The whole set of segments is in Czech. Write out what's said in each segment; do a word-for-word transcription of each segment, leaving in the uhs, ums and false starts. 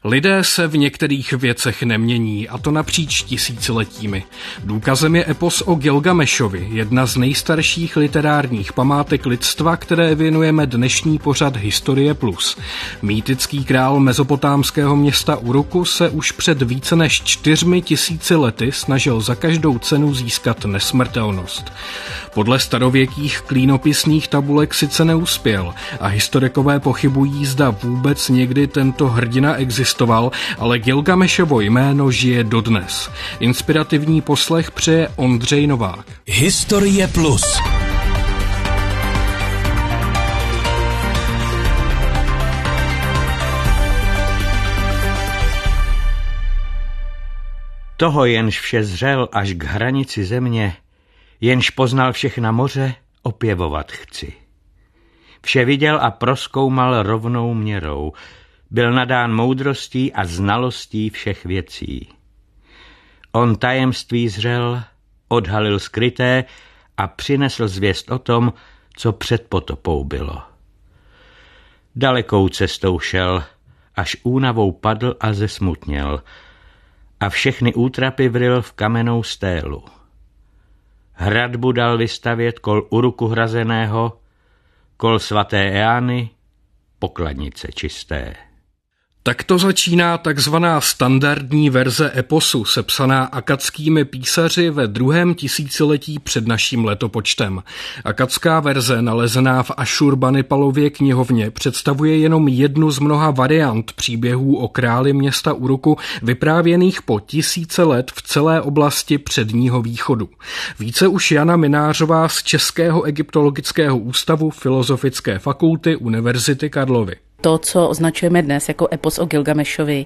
Lidé se v některých věcech nemění, a to napříč tisíciletími. Důkazem je epos o Gilgamešovi, jedna z nejstarších literárních památek lidstva, které věnujeme dnešní pořad Historie plus. Mýtický král mezopotámského města Uruku se už před více než čtyřmi tisíci lety snažil za každou cenu získat nesmrtelnost. Podle starověkých klínopisných tabulek sice neuspěl a historikové pochybují, zda vůbec někdy tento hrdina existoval, ale Gilgamešovo jméno žije dodnes. Inspirativní poslech přeje Ondřej Novák. Historie plus. Toho, jenž vše zřel až k hranici země, jenž poznal všechna moře, opěvovat chci. Vše viděl a prozkoumal rovnou měrou, byl nadán moudrostí a znalostí všech věcí. On tajemství zřel, odhalil skryté a přinesl zvěst o tom, co před potopou bylo. Dalekou cestou šel, až únavou padl a zesmutněl, a všechny útrapy vryl v kamennou stélu. Hradbu dal vystavět kol Uruku hrazeného, kol svaté Eány, pokladnice čisté. Takto začíná takzvaná standardní verze eposu, sepsaná akadskými písaři ve druhém tisíciletí před naším letopočtem. Akadská verze, nalezená v Ašurbanipalově knihovně, představuje jenom jednu z mnoha variant příběhů o králi města Uruku, vyprávěných po tisíce let v celé oblasti Předního východu. Více už Jana Minářová z Českého egyptologického ústavu Filozofické fakulty Univerzity Karlovy. To, co označujeme dnes jako epos o Gilgamešovi,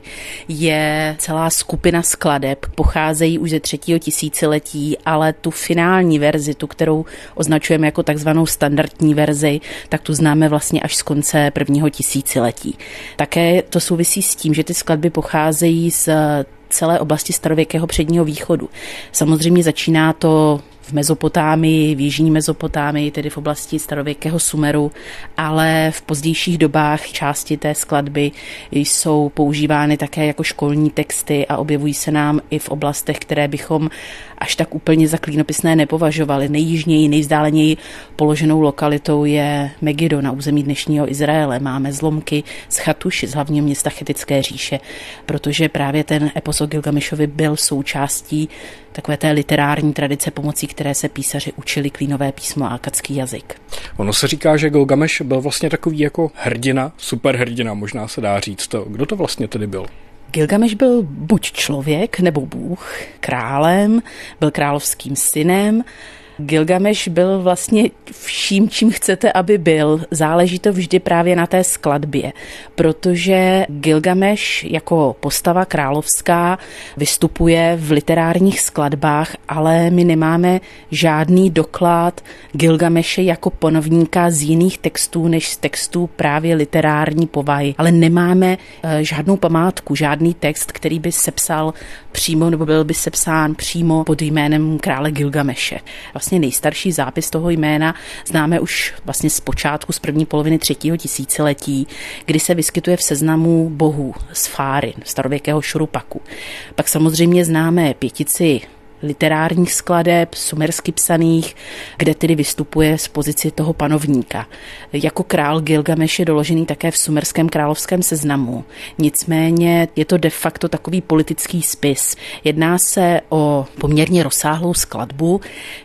je celá skupina skladeb, pocházejí už ze třetího tisíciletí, ale tu finální verzi, tu, kterou označujeme jako takzvanou standardní verzi, tak tu známe vlastně až z konce prvního tisíciletí. Také to souvisí s tím, že ty skladby pocházejí z celé oblasti starověkého Předního východu. Samozřejmě začíná to v Mezopotámii, v jižní Mezopotámii, tedy v oblasti starověkého Sumeru, ale v pozdějších dobách části té skladby jsou používány také jako školní texty a objevují se nám i v oblastech, které bychom až tak úplně za klínopisné nepovažovali. Nejjižněji, nejvzdáleněji položenou lokalitou je Megido na území dnešního Izraele. Máme zlomky z Chatuši, z hlavního města Chetické říše, protože právě ten epos o Gilgamešovi byl součástí takové té literární tradice, pomocí které se písaři učili klínové písmo a akadský jazyk. Ono se říká, že Gilgameš byl vlastně takový jako hrdina, superhrdina, možná se dá říct. To, kdo to vlastně tedy byl? Gilgameš byl buď člověk nebo bůh, králem, byl královským synem. Gilgameš byl vlastně vším, čím chcete, aby byl. Záleží to vždy právě na té skladbě, protože Gilgameš jako postava královská vystupuje v literárních skladbách, ale my nemáme žádný doklad Gilgameše jako ponovníka z jiných textů, než z textů právě literární povahy. Ale nemáme žádnou památku, žádný text, který by sepsal přímo nebo byl by sepsán přímo pod jménem krále Gilgameše. Vlastně nejstarší zápis toho jména známe už vlastně z počátku, z první poloviny třetího tisíciletí, kdy se vyskytuje v seznamu bohů z Fáry, starověkého Šurupaku. Pak samozřejmě známe pětici literárních skladeb, sumersky psaných, kde tedy vystupuje z pozici toho panovníka. Jako král Gilgameš je doložený také v sumerském královském seznamu. Nicméně je to de facto takový politický spis. Jedná se o poměrně rozsáhlou skladbu,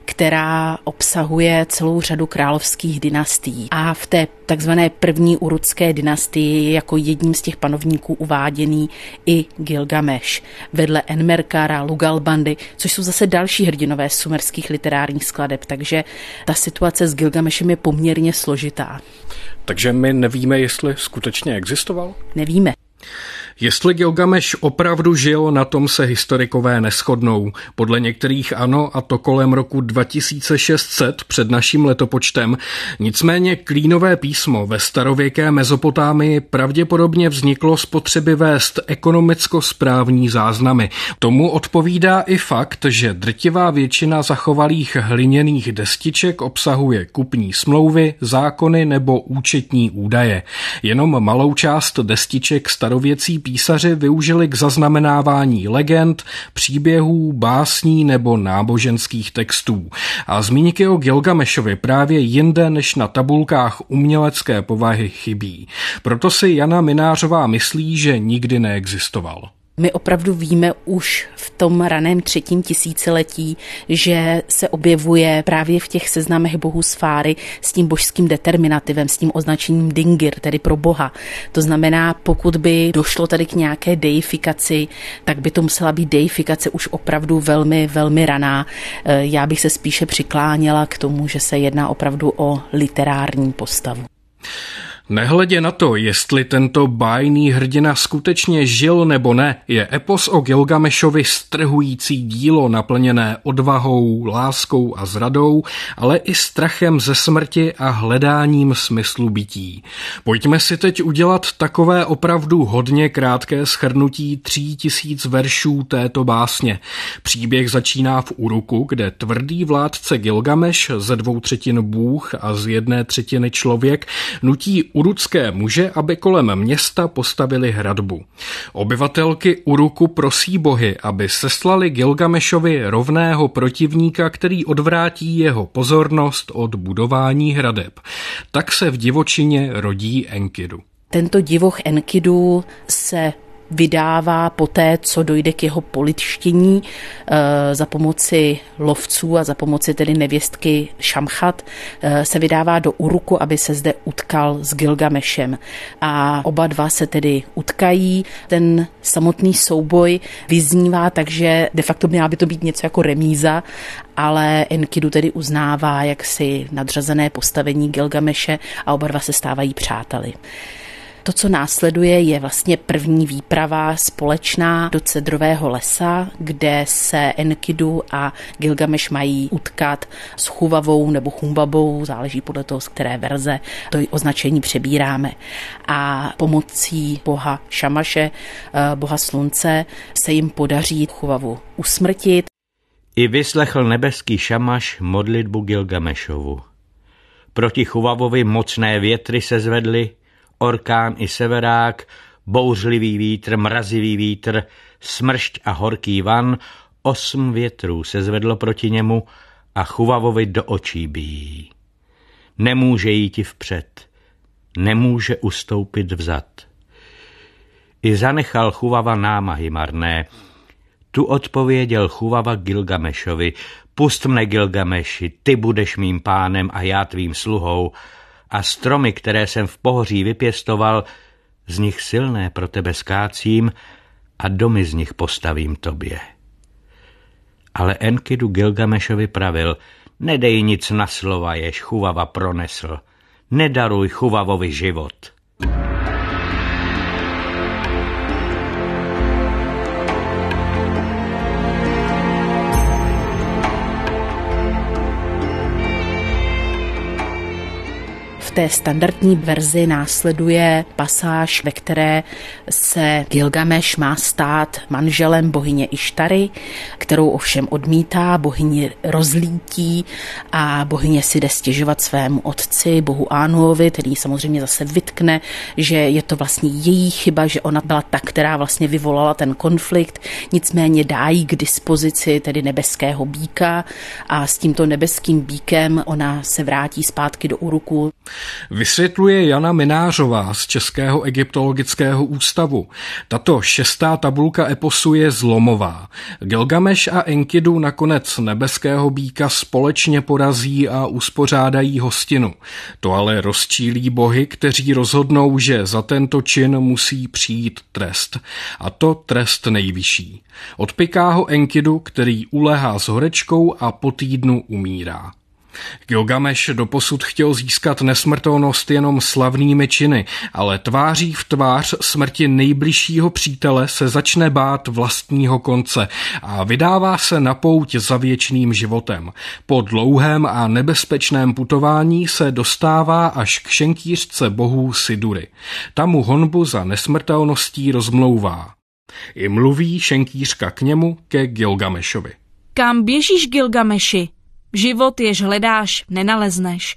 která obsahuje celou řadu královských dynastií. A v té takzvané první urucké dynastii je jako jedním z těch panovníků uváděný i Gilgameš. Vedle Enmerkara, Lugalbandy, což jsou zase další hrdinové sumerských literárních skladeb, takže ta situace s Gilgamešem je poměrně složitá. Takže my nevíme, jestli skutečně existoval? Nevíme. Jestli Gilgameš opravdu žil, na tom se historikové neshodnou. Podle některých ano, a to kolem roku dva tisíce šest set před naším letopočtem. Nicméně klínové písmo ve starověké Mezopotámii pravděpodobně vzniklo z potřeby vést ekonomicko-správní záznamy. Tomu odpovídá i fakt, že drtivá většina zachovalých hliněných destiček obsahuje kupní smlouvy, zákony nebo účetní údaje. Jenom malou část destiček starověcí písaři využili k zaznamenávání legend, příběhů, básní nebo náboženských textů. A zmínky o Gilgamešovi právě jinde než na tabulkách umělecké povahy chybí. Proto si Jana Minářová myslí, že nikdy neexistoval. My opravdu víme už v tom raném třetím tisíciletí, že se objevuje právě v těch seznamech bohů sfáry s tím božským determinativem, s tím označením dingir, tedy pro boha. To znamená, pokud by došlo tady k nějaké deifikaci, tak by to musela být deifikace už opravdu velmi, velmi raná. Já bych se spíše přikláněla k tomu, že se jedná opravdu o literární postavu. Nehledě na to, jestli tento bájný hrdina skutečně žil nebo ne, je epos o Gilgamešovi strhující dílo naplněné odvahou, láskou a zradou, ale i strachem ze smrti a hledáním smyslu bytí. Pojďme si teď udělat takové opravdu hodně krátké shrnutí tří tisíc veršů této básně. Příběh začíná v Uruku, kde tvrdý vládce Gilgameš, ze dvou třetin bůh a z jedné třetiny člověk, nutí urucké muže, aby kolem města postavili hradbu. Obyvatelky Uruku prosí bohy, aby seslali Gilgamešovi rovného protivníka, který odvrátí jeho pozornost od budování hradeb. Tak se v divočině rodí Enkidu. Tento divoch Enkidu se vydává poté, co dojde k jeho polidštění e, za pomoci lovců a za pomoci tedy nevěstky Šamchat, e, se vydává do Uruku, aby se zde utkal s Gilgamešem. A oba dva se tedy utkají. Ten samotný souboj vyznívá, takže de facto měla by to být něco jako remíza, ale Enkidu tedy uznává jaksi nadřazené postavení Gilgameše a oba dva se stávají přáteli. To, co následuje, je vlastně první výprava společná do cedrového lesa, kde se Enkidu a Gilgameš mají utkat s Chuvavou nebo Chumbabou, záleží podle toho, z které verze to označení přebíráme. A pomocí boha Šamaše, boha slunce, se jim podaří Chuvavu usmrtit. I vyslechl nebeský Šamaš modlitbu Gilgamešovu. Proti Chuvavovi mocné větry se zvedly, orkán i severák, bouřlivý vítr, mrazivý vítr, smršť a horký van, osm větrů se zvedlo proti němu a Chuvavovi do očí bijí. Nemůže jít vpřed, nemůže ustoupit vzad. I zanechal Chuvava námahy marné. Tu odpověděl Chuvava Gilgamešovi: pust mne, Gilgameši, ty budeš mým pánem a já tvým sluhou, a stromy, které jsem v pohoří vypěstoval, z nich silné pro tebe skácím a domy z nich postavím tobě. Ale Enkidu Gilgamešovi pravil: nedej nic na slova, jež Chuvava pronesl, nedaruj Chuvavovi život. V té standardní verzi následuje pasáž, ve které se Gilgameš má stát manželem bohyně Ištary, kterou ovšem odmítá, bohyni rozlítí a bohyně si jde stěžovat svému otci, bohu Ánuovi, který samozřejmě zase vytkne, že je to vlastně její chyba, že ona byla ta, která vlastně vyvolala ten konflikt, nicméně dá jí k dispozici tedy nebeského býka a s tímto nebeským býkem ona se vrátí zpátky do Uruku. Vysvětluje Jana Minářová z Českého egyptologického ústavu. Tato šestá tabulka eposu je zlomová. Gilgameš a Enkidu nakonec nebeského býka společně porazí a uspořádají hostinu. To ale rozčílí bohy, kteří rozhodnou, že za tento čin musí přijít trest. A to trest nejvyšší. Odpiká ho Enkidu, který ulehá s horečkou a po týdnu umírá. Gilgameš doposud chtěl získat nesmrtelnost jenom slavnými činy, ale tváří v tvář smrti nejbližšího přítele se začne bát vlastního konce a vydává se na pouť za věčným životem. Po dlouhém a nebezpečném putování se dostává až k šenkýřce bohů Sidury. Ta mu honbu za nesmrtelností rozmlouvá. I mluví šenkýřka k němu, ke Gilgamešovi. Kam běžíš, Gilgameši? Život, jež hledáš, nenalezneš.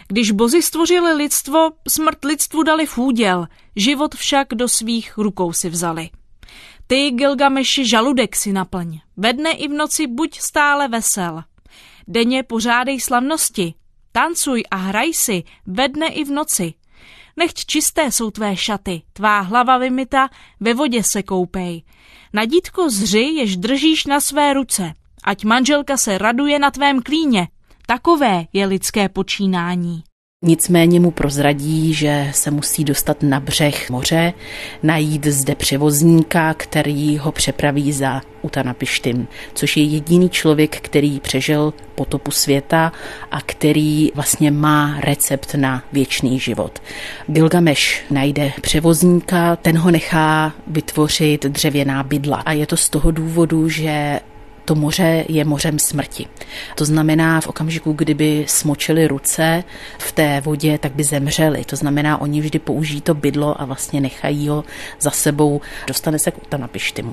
Když bozi stvořili lidstvo, smrt lidstvu dali v úděl, život však do svých rukou si vzali. Ty, Gilgameši, žaludek si naplň, ve dne i v noci buď stále vesel. Denně pořádej slavnosti, tancuj a hraj si, ve dne i v noci. Nechť čisté jsou tvé šaty, tvá hlava vymyta, ve vodě se koupej. Na dítko zři, jež držíš na své ruce, ať manželka se raduje na tvém klíně. Takové je lidské počínání. Nicméně mu prozradí, že se musí dostat na břeh moře, najít zde převozníka, který ho přepraví za Utanapištim, což je jediný člověk, který přežil potopu světa a který vlastně má recept na věčný život. Gilgameš najde převozníka, ten ho nechá vytvořit dřevěná bydla a je to z toho důvodu, že to moře je mořem smrti. To znamená, v okamžiku, kdyby smočili ruce v té vodě, tak by zemřeli. To znamená, oni vždy použijí to bydlo a vlastně nechají ho za sebou. Dostane se k Utanapištimu.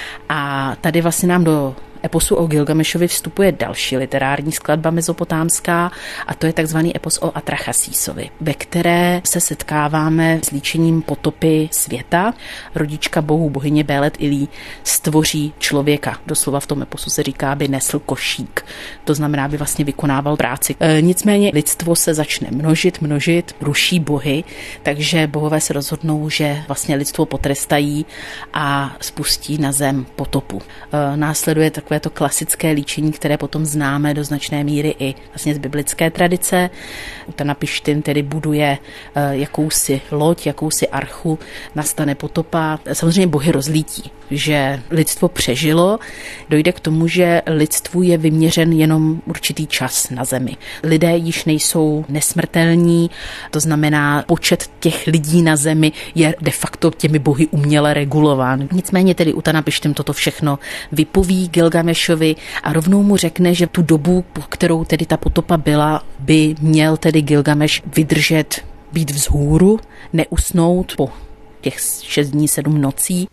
A tady vlastně nám do eposu o Gilgamešovi vstupuje další literární skladba mezopotámská a to je takzvaný epos o Atrachasísovi, ve které se setkáváme s líčením potopy světa. Rodička bohů, bohyně Bélet Ilí, stvoří člověka. Doslova v tom eposu se říká, aby nesl košík. To znamená, aby vlastně vykonával práci. E, nicméně lidstvo se začne množit, množit, ruší bohy, takže bohové se rozhodnou, že vlastně lidstvo potrestají a spustí na zem potopu. E, následuje takové to klasické líčení, které potom známe do značné míry i vlastně z biblické tradice. Utanapištim tedy buduje jakousi loď, jakousi archu, nastane potopa. Samozřejmě bohy rozlítí, že lidstvo přežilo, dojde k tomu, že lidstvu je vyměřen jenom určitý čas na zemi. Lidé již nejsou nesmrtelní, to znamená, počet těch lidí na zemi je de facto těmi bohy uměle regulován. Nicméně tedy Utanapištim toto všechno vypoví Gilgamešovi a rovnou mu řekne, že tu dobu, po kterou tedy ta potopa byla, by měl tedy Gilgameš vydržet, být vzhůru, neusnout po těch šest dní, sedm nocí.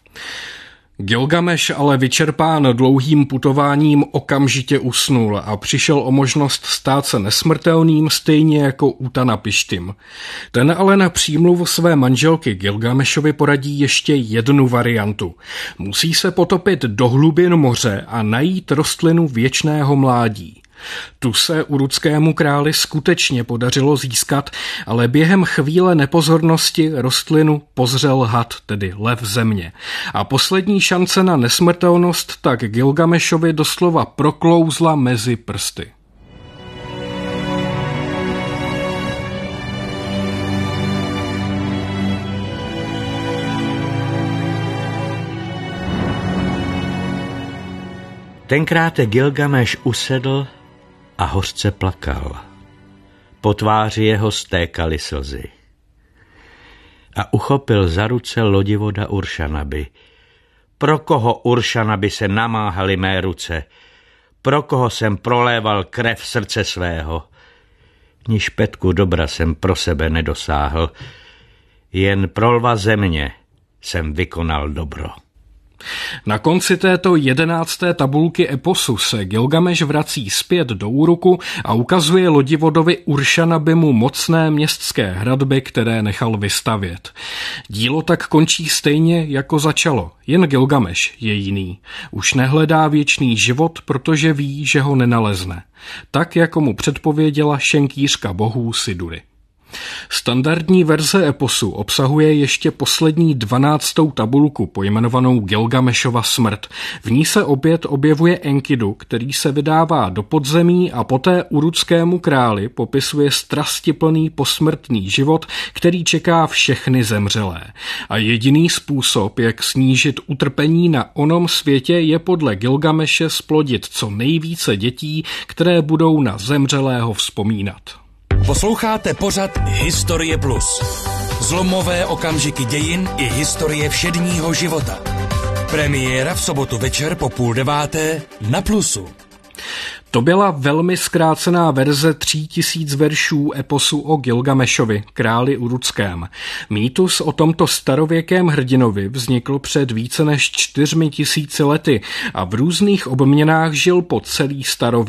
Gilgameš ale vyčerpán dlouhým putováním okamžitě usnul a přišel o možnost stát se nesmrtelným stejně jako Utanapištim. Ten ale na přímluvu své manželky Gilgamešovi poradí ještě jednu variantu. Musí se potopit do hlubin moře a najít rostlinu věčného mládí. Tu se urudskému králi skutečně podařilo získat, ale během chvíle nepozornosti rostlinu pozřel had, tedy lev země. A poslední šance na nesmrtelnost tak Gilgamešovi doslova proklouzla mezi prsty. Tenkrát Gilgameš usedl a hořce plakal. Po tváři jeho stékaly slzy. A uchopil za ruce lodivoda Uršanabi. Pro koho, Uršanabi, se namáhaly mé ruce? Pro koho jsem proléval krev srdce svého? Ni špetku dobra jsem pro sebe nedosáhl. Jen pro lva země jsem vykonal dobro. Na konci této jedenácté tabulky eposu se Gilgameš vrací zpět do Úruku a ukazuje lodivodovi Uršanabimu mocné městské hradby, které nechal vystavět. Dílo tak končí stejně, jako začalo, jen Gilgameš je jiný. Už nehledá věčný život, protože ví, že ho nenalezne. Tak, jako mu předpověděla šenkýřka bohů Sidury. Standardní verze eposu obsahuje ještě poslední dvanáctou tabulku pojmenovanou Gilgamešova smrt. V ní se opět objevuje Enkidu, který se vydává do podzemí a poté urudskému králi popisuje strastiplný posmrtný život, který čeká všechny zemřelé. A jediný způsob, jak snížit utrpení na onom světě, je podle Gilgameše splodit co nejvíce dětí, které budou na zemřelého vzpomínat. Posloucháte pořad Historie Plus. Zlomové okamžiky dějin i historie všedního života. Premiéra v sobotu večer po půl deváté na Plusu. To byla velmi zkrácená verze tří tisíc veršů eposu o Gilgamešovi, králi urudském. Mýtus o tomto starověkém hrdinovi vznikl před více než čtyřmi tisíci lety a v různých obměnách žil po celý starověk.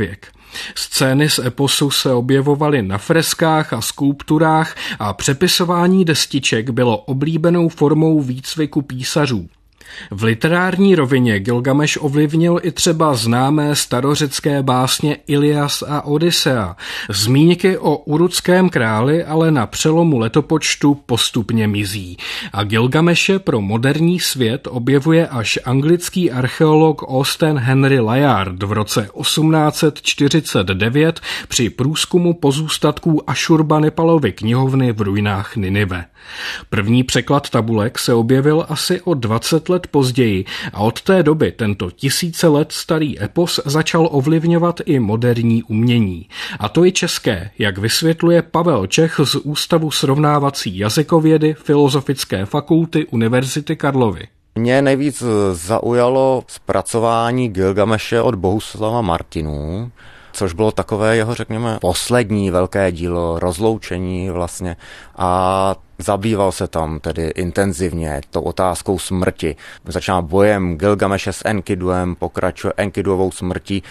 Scény z eposu se objevovaly na freskách a skulpturách a přepisování destiček bylo oblíbenou formou výcviku písařů. V literární rovině Gilgameš ovlivnil i třeba známé starořecké básně Ilias a Odyssea. Zmínky o urukském králi ale na přelomu letopočtu postupně mizí a Gilgameše pro moderní svět objevuje až anglický archeolog Austen Henry Layard v roce osmnáct set čtyřicet devět při průzkumu pozůstatků Ašurbanipalovi knihovny v ruinách Ninive. První překlad tabulek se objevil asi o dvacet let později a od té doby tento tisíce let starý epos začal ovlivňovat i moderní umění. A to i české, jak vysvětluje Pavel Čech z Ústavu srovnávací jazykovědy Filozofické fakulty Univerzity Karlovy. Mě nejvíc zaujalo zpracování Gilgameše od Bohuslava Martinů, což bylo takové jeho, řekněme, poslední velké dílo, rozloučení vlastně, a zabýval se tam tedy intenzivně tou otázkou smrti. Začíná bojem Gilgameše s Enkiduem, pokračuje Enkiduovou smrtí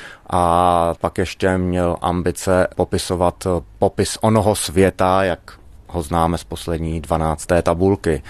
a pak ještě měl ambice popisovat popis onoho světa, jak ho známe z poslední dvanácté tabulky.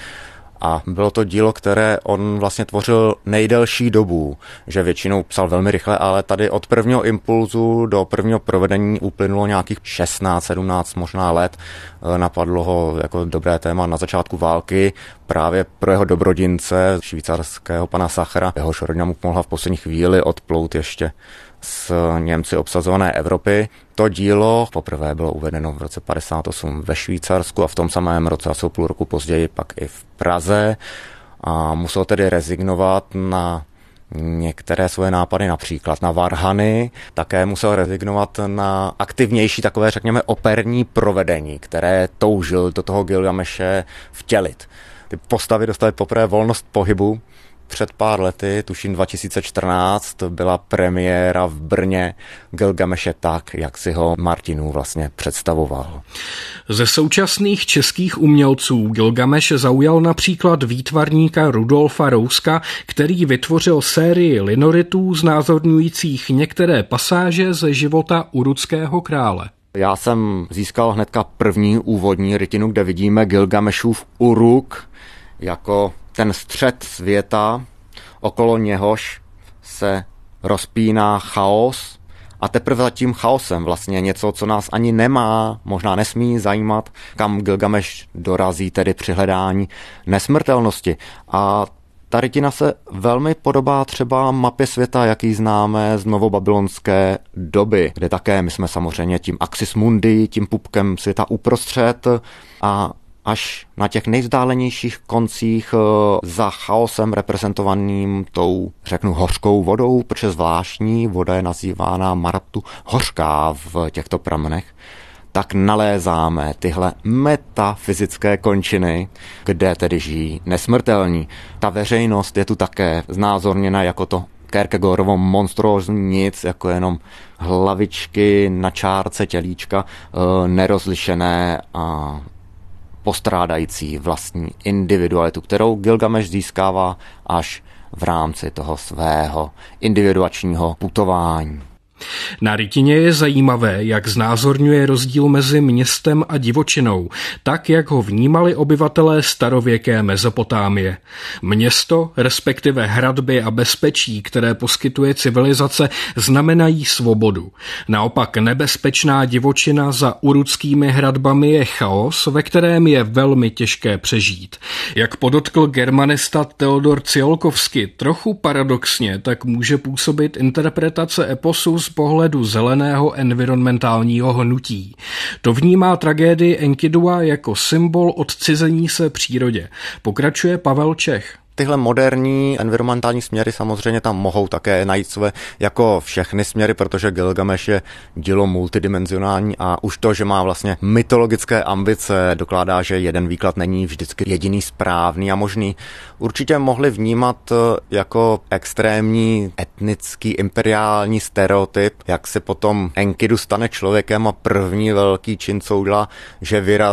A bylo to dílo, které on vlastně tvořil nejdelší dobu, že většinou psal velmi rychle, ale tady od prvního impulzu do prvního provedení uplynulo nějakých šestnáct sedmnáct možná let. Napadlo ho jako dobré téma na začátku války právě pro jeho dobrodince, švýcarského pana Sachera. Jehož rodina mu pomohla v poslední chvíli odplout ještě z Němci obsazované Evropy. To dílo poprvé bylo uvedeno v roce padesát osm ve Švýcarsku a v tom samém roce, asi půl roku později, pak i v Praze. A musel tedy rezignovat na některé svoje nápady, například na varhany. Také musel rezignovat na aktivnější takové, řekněme, operní provedení, které toužil do toho Gilgameše vtělit. Ty postavy dostaly poprvé volnost pohybu. Před pár lety, tuším dva tisíce čtrnáct, byla premiéra v Brně Gilgameše tak, jak si ho Martinů vlastně představoval. Ze současných českých umělců Gilgameš zaujal například výtvarníka Rudolfa Rouska, který vytvořil sérii linoritů znázorňujících některé pasáže ze života urukského krále. Já jsem získal hnedka první úvodní rytinu, kde vidíme Gilgamešův Uruk jako ten střed světa, okolo něhož se rozpíná chaos a teprve za tím chaosem vlastně něco, co nás ani nemá, možná nesmí zajímat, kam Gilgameš dorazí tedy při hledání nesmrtelnosti. A ta rytina se velmi podobá třeba mapě světa, jaký známe z novobabylonské doby, kde také my jsme samozřejmě tím axis mundi, tím pupkem světa uprostřed a až na těch nejvzdálenějších koncích za chaosem reprezentovaným tou, řeknu, hořkou vodou, protože zvláštní voda je nazývána Maratu hořká v těchto pramenech, tak nalézáme tyhle metafyzické končiny, kde tedy žijí nesmrtelní. Ta veřejnost je tu také znázorněna jako to Kierkegaardovo monstrózní nic, jako jenom hlavičky na čárce tělíčka, nerozlišené a postrádající vlastní individualitu, kterou Gilgameš získává až v rámci toho svého individuačního putování. Na rytině je zajímavé, jak znázorňuje rozdíl mezi městem a divočinou, tak jak ho vnímali obyvatelé starověké Mezopotámie. Město, respektive hradby a bezpečí, které poskytuje civilizace, znamenají svobodu. Naopak nebezpečná divočina za urukskými hradbami je chaos, ve kterém je velmi těžké přežít. Jak podotkl germanista Teodor Ciolkovsky, trochu paradoxně tak může působit interpretace eposu z pohledu zeleného environmentálního hnutí. To vnímá tragédii Enkidua jako symbol odcizení se přírodě. Pokračuje Pavel Čech. Tyhle moderní environmentální směry samozřejmě tam mohou také najít své jako všechny směry, protože Gilgameš je dílo multidimenzionální a už to, že má vlastně mytologické ambice, dokládá, že jeden výklad není vždycky jediný správný a možný. Určitě mohli vnímat jako extrémní etnický imperiální stereotyp, jak se potom Enkidu stane člověkem a první velký čin, co udělá, že vyrazí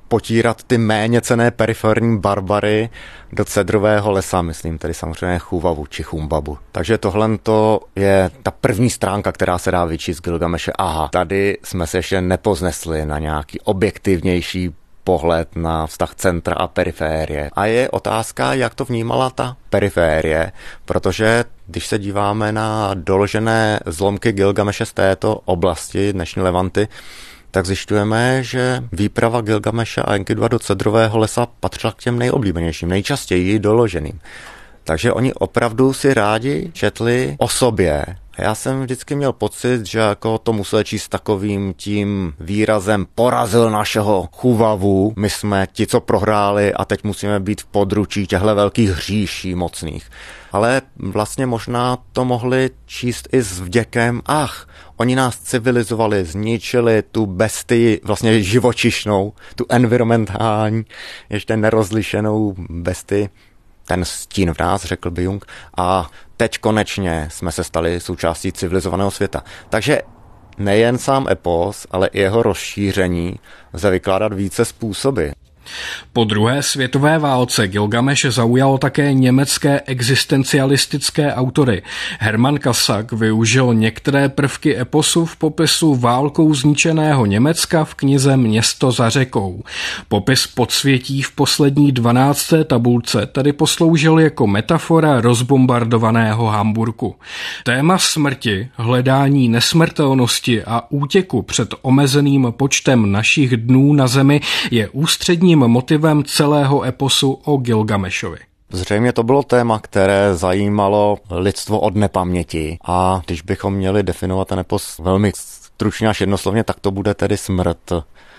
potírat ty méně cenné periferní barbary do cedrového lesa, myslím tedy samozřejmě Chuvavu či Chumbabu. Takže tohle to je ta první stránka, která se dá vyčíst z Gilgameše. Aha, tady jsme se ještě nepoznesli na nějaký objektivnější pohled na vztah centra a periférie. A je otázka, jak to vnímala ta periférie, protože když se díváme na doložené zlomky Gilgameše z této oblasti, dnešní Levanty, tak zjišťujeme, že výprava Gilgameše a Enkidua do cedrového lesa patřila k těm nejoblíbenějším, nejčastěji doloženým. Takže oni opravdu si rádi četli o sobě. Já jsem vždycky měl pocit, že jako to musel číst takovým tím výrazem porazil našeho Chuvavu, my jsme ti, co prohráli a teď musíme být v područí těchto velkých hříší mocných. Ale vlastně možná to mohli číst i s vděkem, ach, oni nás civilizovali, zničili tu bestii vlastně živočišnou, tu environmentální, ještě nerozlišenou bestii, ten stín v nás, řekl by Jung, a teď konečně jsme se stali součástí civilizovaného světa. Takže nejen sám epos, ale i jeho rozšíření lze vykládat více způsoby. Po druhé světové válce Gilgameš zaujal také německé existencialistické autory. Hermann Kassak využil některé prvky eposu v popisu válkou zničeného Německa v knize Město za řekou. Popis podsvětí v poslední dvanácté tabulce tedy posloužil jako metafora rozbombardovaného Hamburku. Téma smrti, hledání nesmrtelnosti a útěku před omezeným počtem našich dnů na zemi je ústředním motivem celého eposu o Gilgamešovi. Zřejmě to bylo téma, které zajímalo lidstvo od nepaměti a když bychom měli definovat ten epos velmi stručně až jednoslovně, tak to bude tedy smrt,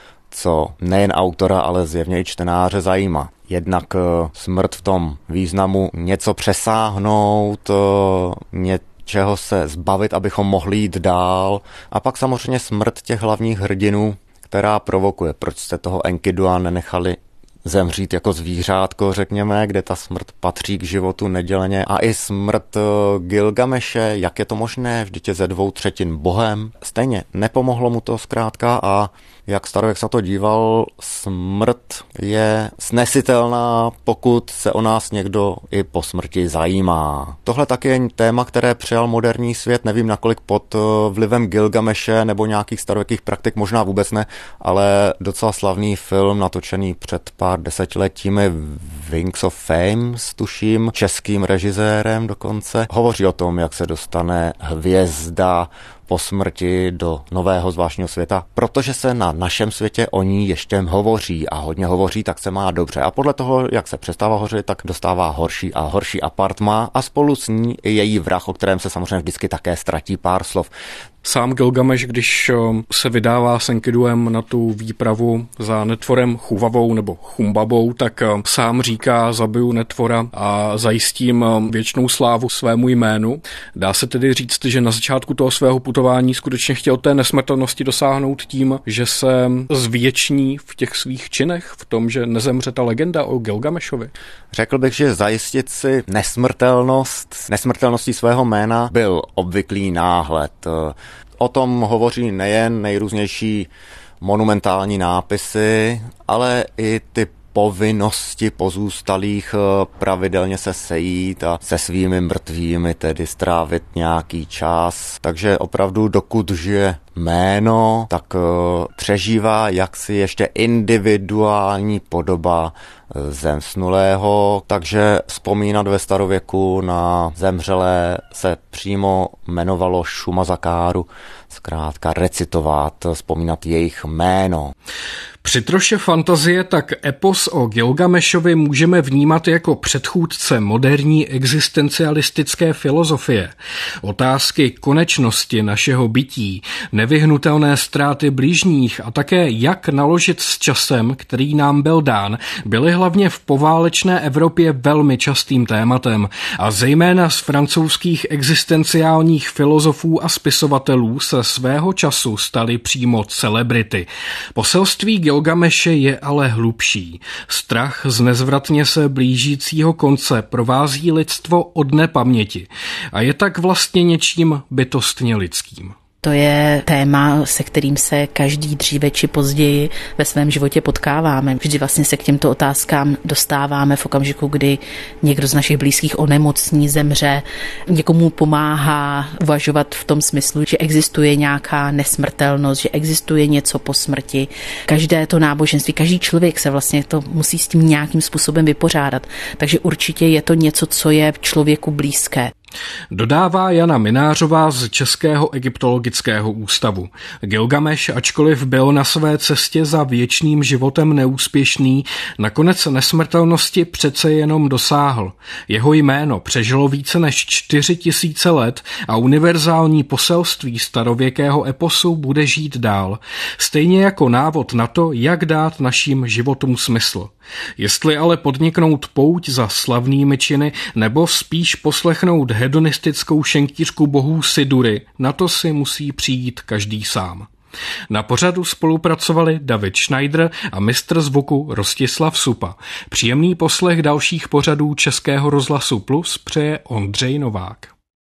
co nejen autora, ale zjevně i čtenáře zajímá. Jednak smrt v tom významu něco přesáhnout, něčeho se zbavit, abychom mohli jít dál a pak samozřejmě smrt těch hlavních hrdinů, která provokuje. Proč jste toho Enkidua nenechali zemřít jako zvířátko, řekněme, kde ta smrt patří k životu neděleně. A i smrt Gilgameše, jak je to možné, vždyť je ze dvou třetin bohem. Stejně nepomohlo mu to zkrátka a jak starověk se na to díval, smrt je snesitelná, pokud se o nás někdo i po smrti zajímá. Tohle taky je téma, které přijal moderní svět, nevím nakolik pod vlivem Gilgameše nebo nějakých starověkých praktik, možná vůbec ne, ale docela slavný film natočený před pár desetiletími Wings of Fame, tuším, českým režisérem dokonce. Hovoří o tom, jak se dostane hvězda po smrti do nového zvláštního světa, protože se na našem světě o ní ještě hovoří a hodně hovoří, tak se má dobře. A podle toho, jak se přestává hořit, tak dostává horší a horší apartma a spolu s ní i její vrah, o kterém se samozřejmě vždycky také ztratí pár slov. Sám Gilgameš, když se vydává s Enkiduem na tu výpravu za netvorem Chuvavou nebo Chumbabou, tak sám říká, zabiju netvora a zajistím věčnou slávu svému jménu. Dá se tedy říct, že na začátku toho svého putování skutečně chtěl té nesmrtelnosti dosáhnout tím, že se zvěční v těch svých činech, v tom, že nezemře ta legenda o Gilgamešovi. Řekl bych, že zajistit si nesmrtelnost, nesmrtelností svého jména byl obvyklý náhled. O tom hovoří nejen nejrůznější monumentální nápisy, ale i ty povinnosti pozůstalých pravidelně se sejít a se svými mrtvými tedy strávit nějaký čas. Takže opravdu dokud žije jméno, tak přežívá jaksi ještě individuální podoba zemsnulého, takže vzpomínat ve starověku na zemřelé se přímo jmenovalo šumazakáru, zkrátka recitovat, vzpomínat jejich jméno. Při troše fantazie tak epos o Gilgamešovi můžeme vnímat jako předchůdce moderní existencialistické filozofie. Otázky konečnosti našeho bytí, nevyhnutelné ztráty blížních a také jak naložit s časem, který nám byl dán, byly hlavně v poválečné Evropě velmi častým tématem a zejména z francouzských existenciálních filozofů a spisovatelů se svého času staly přímo celebrity. Poselství Gilgameše je ale hlubší. Strach z nezvratně se blížícího konce provází lidstvo od nepaměti a je tak vlastně něčím bytostně lidským. To je téma, se kterým se každý dříve či později ve svém životě potkáváme. Vždy vlastně se k těmto otázkám dostáváme v okamžiku, kdy někdo z našich blízkých onemocní, zemře, někomu pomáhá uvažovat v tom smyslu, že existuje nějaká nesmrtelnost, že existuje něco po smrti. Každé to náboženství, každý člověk se vlastně to musí s tím nějakým způsobem vypořádat. Takže určitě je to něco, co je člověku blízké. Dodává Jana Minářová z Českého egyptologického ústavu. Gilgameš, ačkoliv byl na své cestě za věčným životem neúspěšný, nakonec nesmrtelnosti přece jenom dosáhl. Jeho jméno přežilo více než čtyři tisíce let a univerzální poselství starověkého eposu bude žít dál, stejně jako návod na to, jak dát našim životům smysl. Jestli ale podniknout pouť za slavnými činy nebo spíš poslechnout hedonistickou šenkýřku bohů Sidury, na to si musí přijít každý sám. Na pořadu spolupracovali David Schneider a mistr zvuku Rostislav Supa. Příjemný poslech dalších pořadů Českého rozhlasu Plus přeje Ondřej Novák.